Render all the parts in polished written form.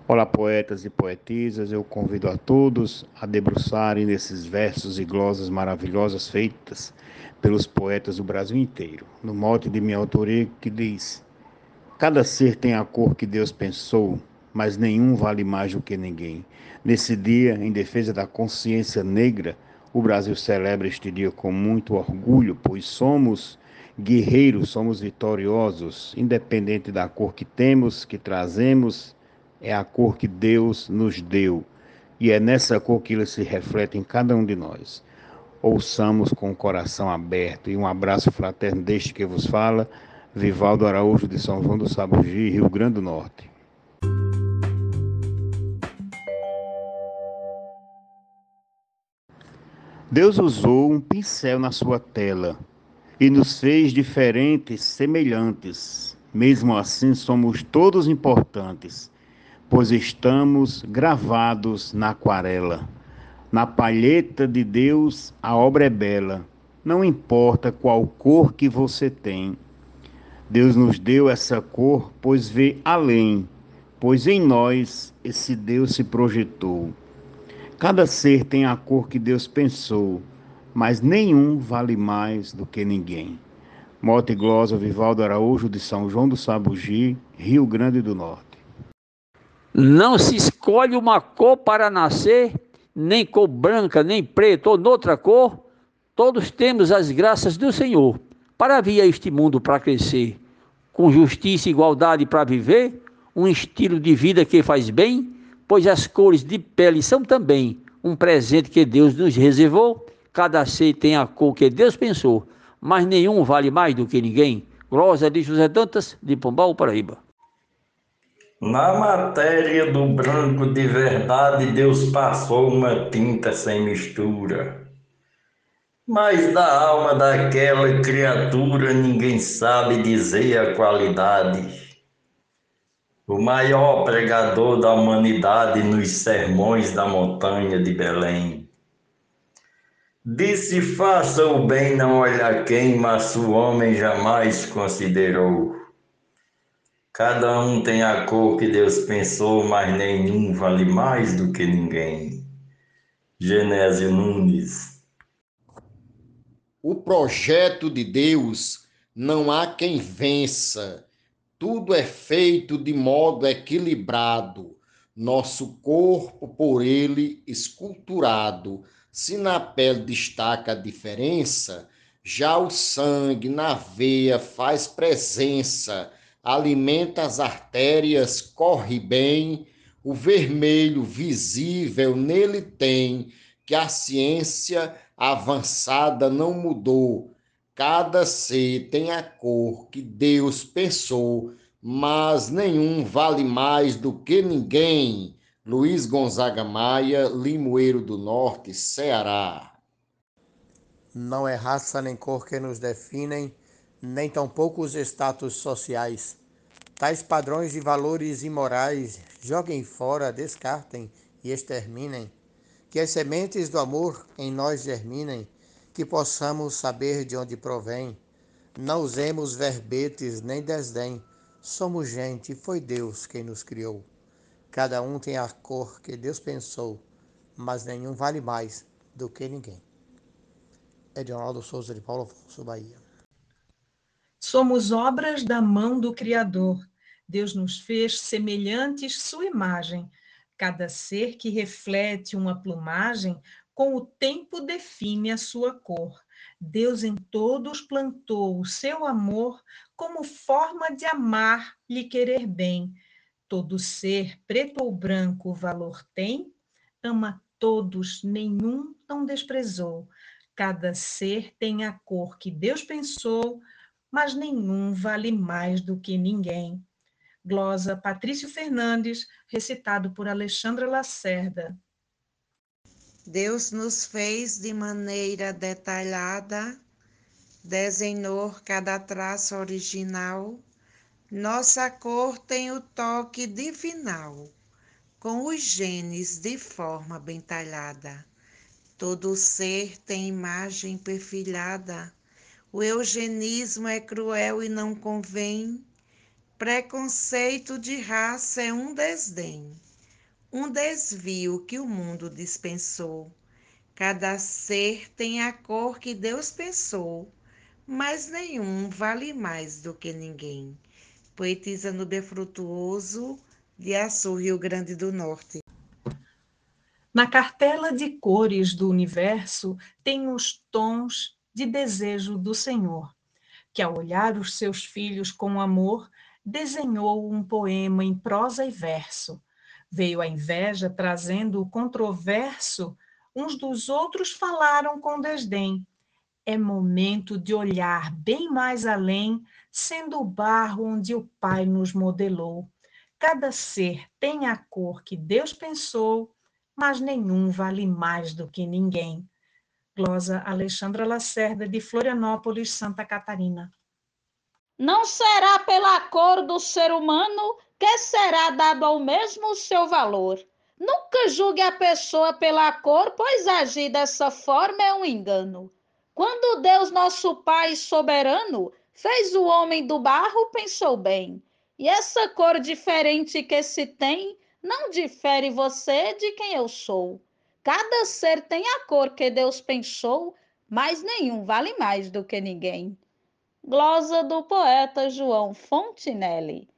Olá, poetas e poetisas, eu convido a todos a debruçarem nesses versos e glosas maravilhosas feitas pelos poetas do Brasil inteiro, no mote de minha autoria que diz: cada ser tem a cor que Deus pensou, mas nenhum vale mais do que ninguém. Nesse dia, em defesa da consciência negra, o Brasil celebra este dia com muito orgulho, pois somos guerreiros, somos vitoriosos, independente da cor que temos, que trazemos, é a cor que Deus nos deu. E é nessa cor que ele se reflete em cada um de nós. Ouçamos com o coração aberto e um abraço fraterno deste que vos fala, Vivaldo Araújo de São João do Sabugi, Rio Grande do Norte. Deus usou um pincel na sua tela e nos fez diferentes, semelhantes. Mesmo assim, somos todos importantes, pois estamos gravados na aquarela. Na palheta de Deus, a obra é bela. Não importa qual cor que você tem. Deus nos deu essa cor, pois vê além, pois em nós esse Deus se projetou. Cada ser tem a cor que Deus pensou, mas nenhum vale mais do que ninguém. Mote e glosa Vivaldo Araújo de São João do Sabugi, Rio Grande do Norte. Não se escolhe uma cor para nascer, nem cor branca, nem preta ou noutra cor. Todos temos as graças do Senhor para vir a este mundo para crescer, com justiça e igualdade para viver, um estilo de vida que faz bem, pois as cores de pele são também um presente que Deus nos reservou. Cada ser tem a cor que Deus pensou, mas nenhum vale mais do que ninguém. Glosa de José Dantas, de Pombal, Paraíba. Na matéria do branco de verdade, Deus passou uma tinta sem mistura. Mas da alma daquela criatura ninguém sabe dizer a qualidade. O maior pregador da humanidade nos sermões da montanha de Belém disse: faça o bem, não olha quem, mas o homem jamais considerou. Cada um tem a cor que Deus pensou, mas nenhum vale mais do que ninguém. Genésio Nunes. O projeto de Deus não há quem vença. Tudo é feito de modo equilibrado. Nosso corpo por ele esculturado. Se na pele destaca a diferença, já o sangue na veia faz presença. Alimenta as artérias, corre bem. O vermelho visível nele tem, que a ciência avançada não mudou. Cada ser tem a cor que Deus pensou, mas nenhum vale mais do que ninguém. Luiz Gonzaga Maia, Limoeiro do Norte, Ceará. Não é raça nem cor que nos definem, nem tampouco os status sociais. Tais padrões de valores imorais joguem fora, descartem e exterminem. Que as sementes do amor em nós germinem, que possamos saber de onde provém. Não usemos verbetes nem desdém. Somos gente, foi Deus quem nos criou. Cada um tem a cor que Deus pensou, mas nenhum vale mais do que ninguém. Edinaldo Souza de Paulo Afonso, Bahia. Somos obras da mão do Criador. Deus nos fez semelhantes sua imagem. Cada ser que reflete uma plumagem, com o tempo define a sua cor. Deus em todos plantou o seu amor como forma de amar, lhe querer bem. Todo ser, preto ou branco, valor tem, ama todos, nenhum não desprezou. Cada ser tem a cor que Deus pensou, mas nenhum vale mais do que ninguém. Glosa Patrício Fernandes, recitado por Alexandra Lacerda. Deus nos fez de maneira detalhada, desenhou cada traço original. Nossa cor tem o toque divinal, com os genes de forma bem talhada. Todo ser tem imagem perfilhada. O eugenismo é cruel e não convém. Preconceito de raça é um desdém. um desvio que o mundo dispensou. Cada ser tem a cor que Deus pensou, mas nenhum vale mais do que ninguém. Poetisa Núbia Frutuoso, de Açu, Rio Grande do Norte. Na cartela de cores do universo tem os tons de desejo do Senhor, que ao olhar os seus filhos com amor, desenhou um poema em prosa e verso. Veio a inveja trazendo o controverso, uns dos outros falaram com desdém. É momento de olhar bem mais além, sendo o barro onde o Pai nos modelou. Cada ser tem a cor que Deus pensou, mas nenhum vale mais do que ninguém. Glosa Alexandra Lacerda, de Florianópolis, Santa Catarina. Não será pela cor do ser humano que será dado ao mesmo o seu valor. Nunca julgue a pessoa pela cor, pois agir dessa forma é um engano. Quando Deus, nosso Pai soberano, fez o homem do barro, pensou bem. E essa cor diferente que se tem, não difere você de quem eu sou. Cada ser tem a cor que Deus pensou, mas nenhum vale mais do que ninguém. Glosa do poeta João Fontinelli.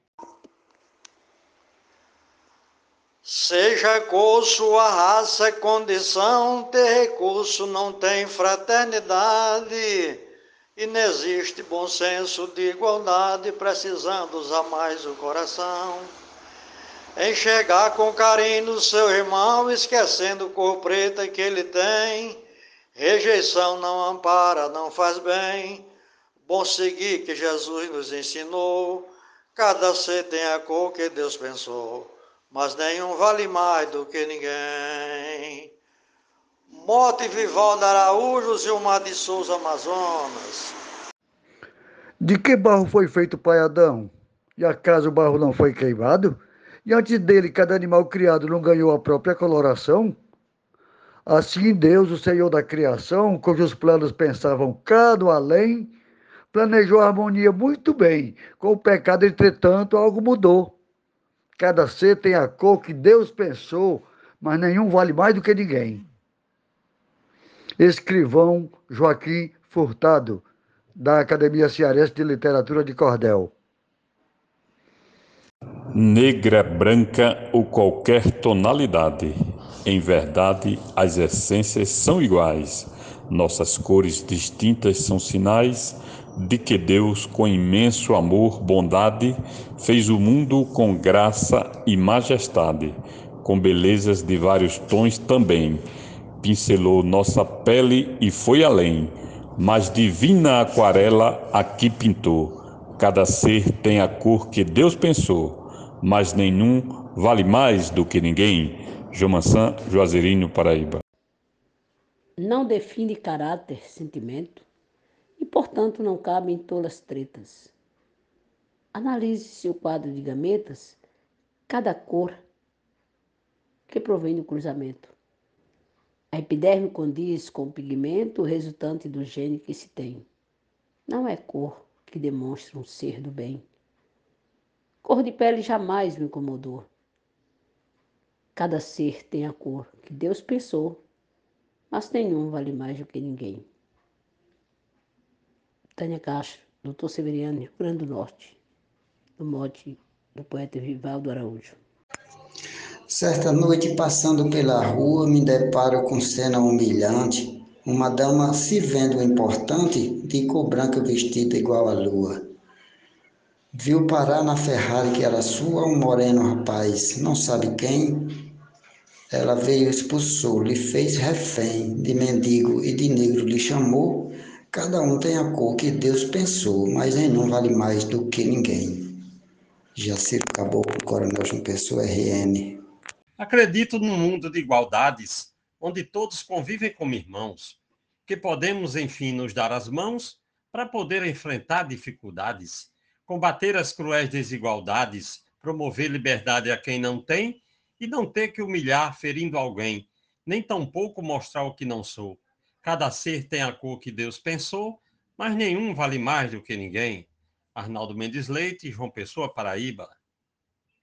Seja cor sua raça, condição, ter recurso não tem fraternidade. E não existe bom senso de igualdade, precisando usar mais o coração. Enxergar com carinho o seu irmão, esquecendo cor preta que ele tem. Rejeição não ampara, não faz bem. Bom seguir que Jesus nos ensinou. Cada ser tem a cor que Deus pensou, mas nenhum vale mais do que ninguém. Mote Vivaldo Araújo, Gilmar de Souza, Amazonas. De que barro foi feito o pai Adão? E acaso o barro não foi queimado? E antes dele, cada animal criado não ganhou a própria coloração? Assim Deus, o Senhor da criação, cujos planos pensavam cada além, planejou a harmonia muito bem. Com o pecado, entretanto, algo mudou. Cada ser tem a cor que Deus pensou, mas nenhum vale mais do que ninguém. Escrivão Joaquim Furtado, da Academia Cearense de Literatura de Cordel. Negra, branca ou qualquer tonalidade, em verdade as essências são iguais. Nossas cores distintas são sinais de que Deus, com imenso amor, bondade, fez o mundo com graça e majestade, com belezas de vários tons também. Pincelou nossa pele e foi além, mas divina aquarela aqui pintou. Cada ser tem a cor que Deus pensou, mas nenhum vale mais do que ninguém. Jomansan, Juazeirinho, Paraíba. Não define caráter, sentimento, e portanto não cabe em tolas tretas. Analise seu quadro de gametas, cada cor que provém do cruzamento. A epiderme condiz com o pigmento resultante do gene que se tem. Não é cor que demonstra um ser do bem. Cor de pele jamais me incomodou. Cada ser tem a cor que Deus pensou, mas nenhum vale mais do que ninguém. Tânia Castro, Dr. Severiano, Rio Grande do Norte, do mote do poeta Vivaldo Araújo. Certa noite, passando pela rua, me deparo com cena humilhante. Uma dama, se vendo importante, de cor branca vestida igual à lua. Viu parar na Ferrari que era sua um moreno rapaz, não sabe quem. Ela veio e expulsou, lhe fez refém, de mendigo e de negro lhe chamou. Cada um tem a cor que Deus pensou, mas nenhum vale mais do que ninguém. Jaciro Caboclo, Coronel João Pessoa, RN. Acredito num mundo de igualdades, onde todos convivem como irmãos, que podemos, enfim, nos dar as mãos para poder enfrentar dificuldades, combater as cruéis desigualdades, promover liberdade a quem não tem e não ter que humilhar ferindo alguém, nem tampouco mostrar o que não sou. Cada ser tem a cor que Deus pensou, mas nenhum vale mais do que ninguém. Arnaldo Mendes Leite, João Pessoa, Paraíba.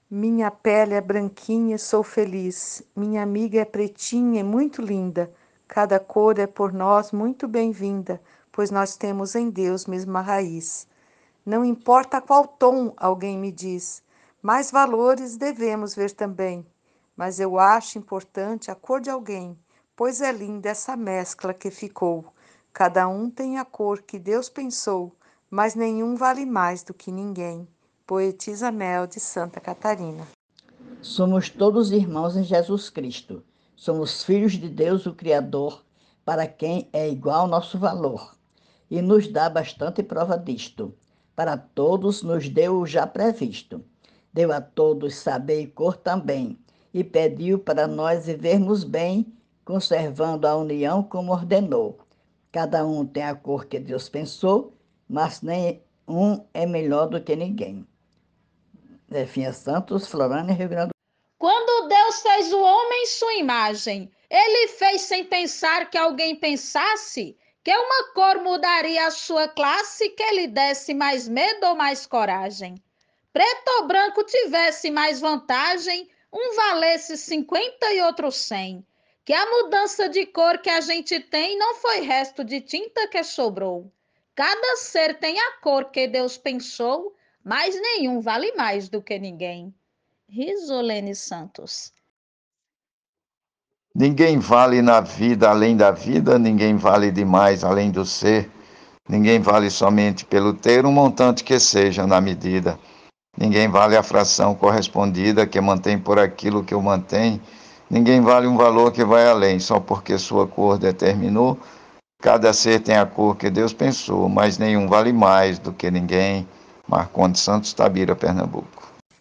Minha pele é branquinha e sou feliz. Minha amiga é pretinha e muito linda. Cada cor é por nós muito bem-vinda, pois nós temos em Deus mesma raiz. Não importa qual tom alguém me diz, mais valores devemos ver também. Mas eu acho importante a cor de alguém, pois é linda essa mescla que ficou. Cada um tem a cor que Deus pensou, mas nenhum vale mais do que ninguém. Poetisa Mel de Santa Catarina. Somos todos irmãos em Jesus Cristo. Somos filhos de Deus, o Criador, para quem é igual nosso valor. E nos dá bastante prova disto. Para todos nos deu o já previsto. Deu a todos saber e cor também. E pediu para nós vivermos bem, conservando a união como ordenou. Cada um tem a cor que Deus pensou, mas nenhum é melhor do que ninguém. Zefinha Santos, Florânia, Rio Grande do Sul. Quando Deus fez o homem em sua imagem, ele fez sem pensar que alguém pensasse que uma cor mudaria a sua classe, que lhe desse mais medo ou mais coragem. Preto ou branco tivesse mais vantagem, um valesse 50 e outro 100. Que a mudança de cor que a gente tem não foi resto de tinta que sobrou. Cada ser tem a cor que Deus pensou, mas nenhum vale mais do que ninguém. Risolene Santos. Ninguém vale na vida além da vida, ninguém vale demais além do ser, ninguém vale somente pelo ter um montante que seja na medida. Ninguém vale a fração correspondida que mantém por aquilo que o mantém, ninguém vale um valor que vai além, só porque sua cor determinou. Cada ser tem a cor que Deus pensou, mas nenhum vale mais do que ninguém. Marcondes Santos, Tabira, Pernambuco.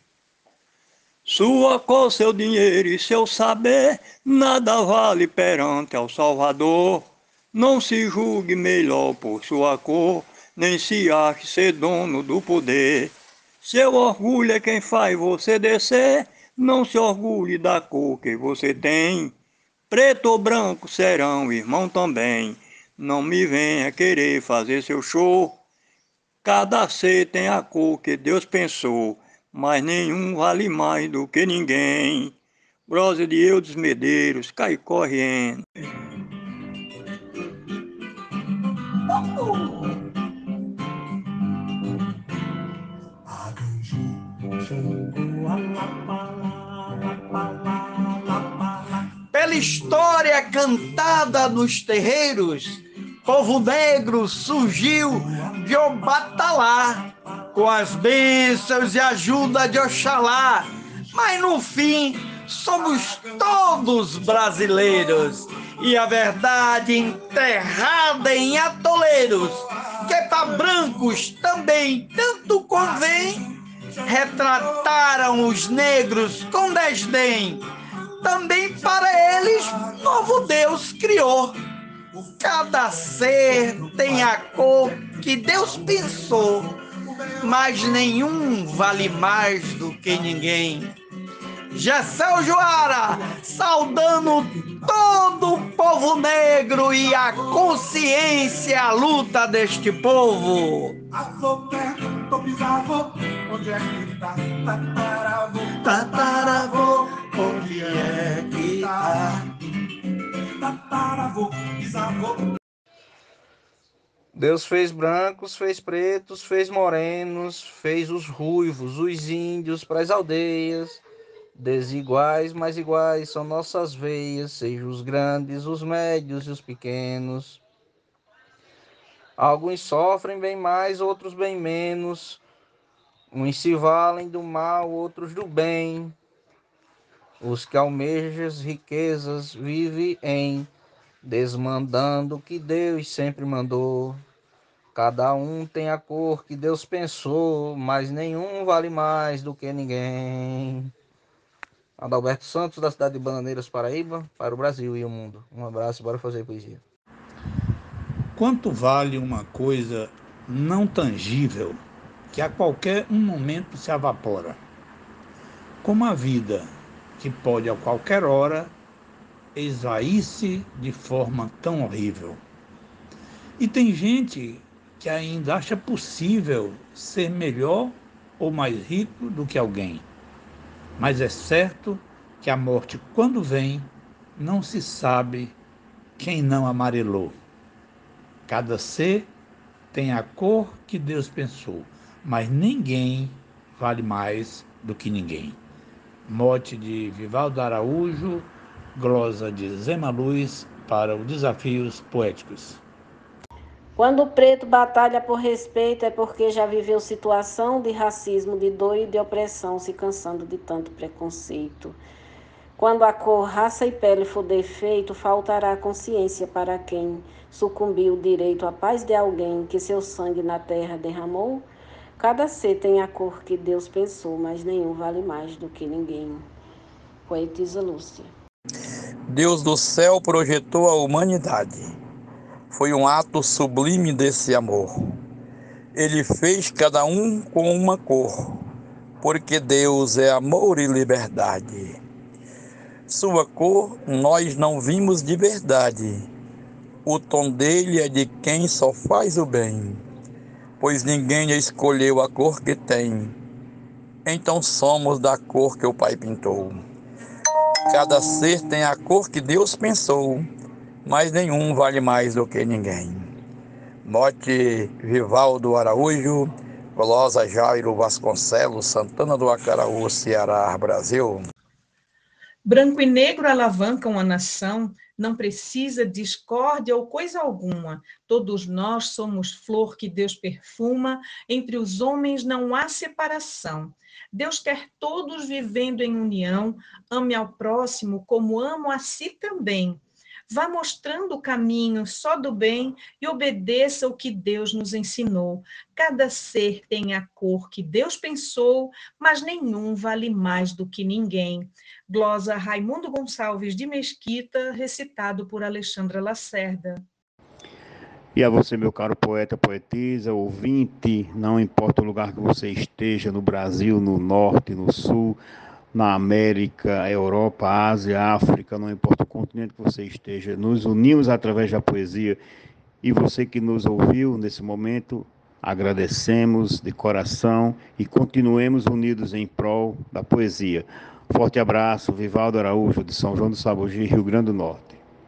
Sua cor, seu dinheiro e seu saber, nada vale perante ao Salvador. Não se julgue melhor por sua cor, nem se ache ser dono do poder. Seu orgulho é quem faz você descer, não se orgulhe da cor que você tem. Preto ou branco serão irmão também, não me venha querer fazer seu show. Cada ser tem a cor que Deus pensou, mas nenhum vale mais do que ninguém. Prosa de Eudes Medeiros, cai correndo. Pela história cantada nos terreiros, povo negro surgiu de Obatalá, com as bênçãos e ajuda de Oxalá. Mas no fim, somos todos brasileiros, e a verdade enterrada em atoleiros, que para brancos também tanto convém. Retrataram os negros com desdém, também para eles novo Deus criou. Cada ser tem a cor que Deus pensou, mas nenhum vale mais do que ninguém. Gessel Joara, saudando todo o povo negro e a consciência, a luta deste povo. Onde é que tá? Tataravô, onde é que tá? Tataravô, bisavô. Deus fez brancos, fez pretos, fez morenos, fez os ruivos, os índios para as aldeias. Desiguais, mas iguais são nossas veias, sejam os grandes, os médios e os pequenos. Alguns sofrem bem mais, outros bem menos. Uns se valem do mal, outros do bem. Os que almejam as riquezas vivem em desmandando o que Deus sempre mandou. Cada um tem a cor que Deus pensou, mas nenhum vale mais do que ninguém. Adalberto Santos, da cidade de Bananeiras, Paraíba, para o Brasil e o mundo. Um abraço, bora fazer poesia. Quanto vale uma coisa não tangível que a qualquer momento se evapora? Como a vida, que pode a qualquer hora esvair-se de forma tão horrível. E tem gente que ainda acha possível ser melhor ou mais rico do que alguém. Mas é certo que a morte, quando vem, não se sabe quem não amarelou. Cada ser tem a cor que Deus pensou, mas ninguém vale mais do que ninguém. Mote de Vivaldo Araújo, glosa de Zema Luz para os Desafios Poéticos. Quando o preto batalha por respeito é porque já viveu situação de racismo, de dor e de opressão, se cansando de tanto preconceito. Quando a cor, raça e pele for defeito, faltará consciência para quem sucumbiu o direito à paz de alguém que seu sangue na terra derramou. Cada ser tem a cor que Deus pensou, mas nenhum vale mais do que ninguém. Poetisa Lúcia. Deus do céu projetou a humanidade. Foi um ato sublime desse amor. Ele fez cada um com uma cor, porque Deus é amor e liberdade. Sua cor nós não vimos de verdade. O tom dele é de quem só faz o bem, pois ninguém escolheu a cor que tem. Então somos da cor que o Pai pintou. Cada ser tem a cor que Deus pensou, mas nenhum vale mais do que ninguém. Mote Vivaldo Araújo, glosa Jairo Vasconcelos, Santana do Acaraú, Ceará, Brasil. Branco e negro alavancam a nação, não precisa discórdia ou coisa alguma. Todos nós somos flor que Deus perfuma, entre os homens não há separação. Deus quer todos vivendo em união, ame ao próximo como amo a si também. Vá mostrando o caminho só do bem e obedeça o que Deus nos ensinou. Cada ser tem a cor que Deus pensou, mas nenhum vale mais do que ninguém. Glosa Raimundo Gonçalves de Mesquita, recitado por Alexandra Lacerda. E a você, meu caro poeta, poetisa, ouvinte, não importa o lugar que você esteja, no Brasil, no Norte, no Sul, na América, Europa, Ásia, África, não importa o continente que você esteja, nos unimos através da poesia. E você que nos ouviu nesse momento, agradecemos de coração e continuemos unidos em prol da poesia. Forte abraço, Vivaldo Araújo, de São João do Sabugi, Rio Grande do Norte.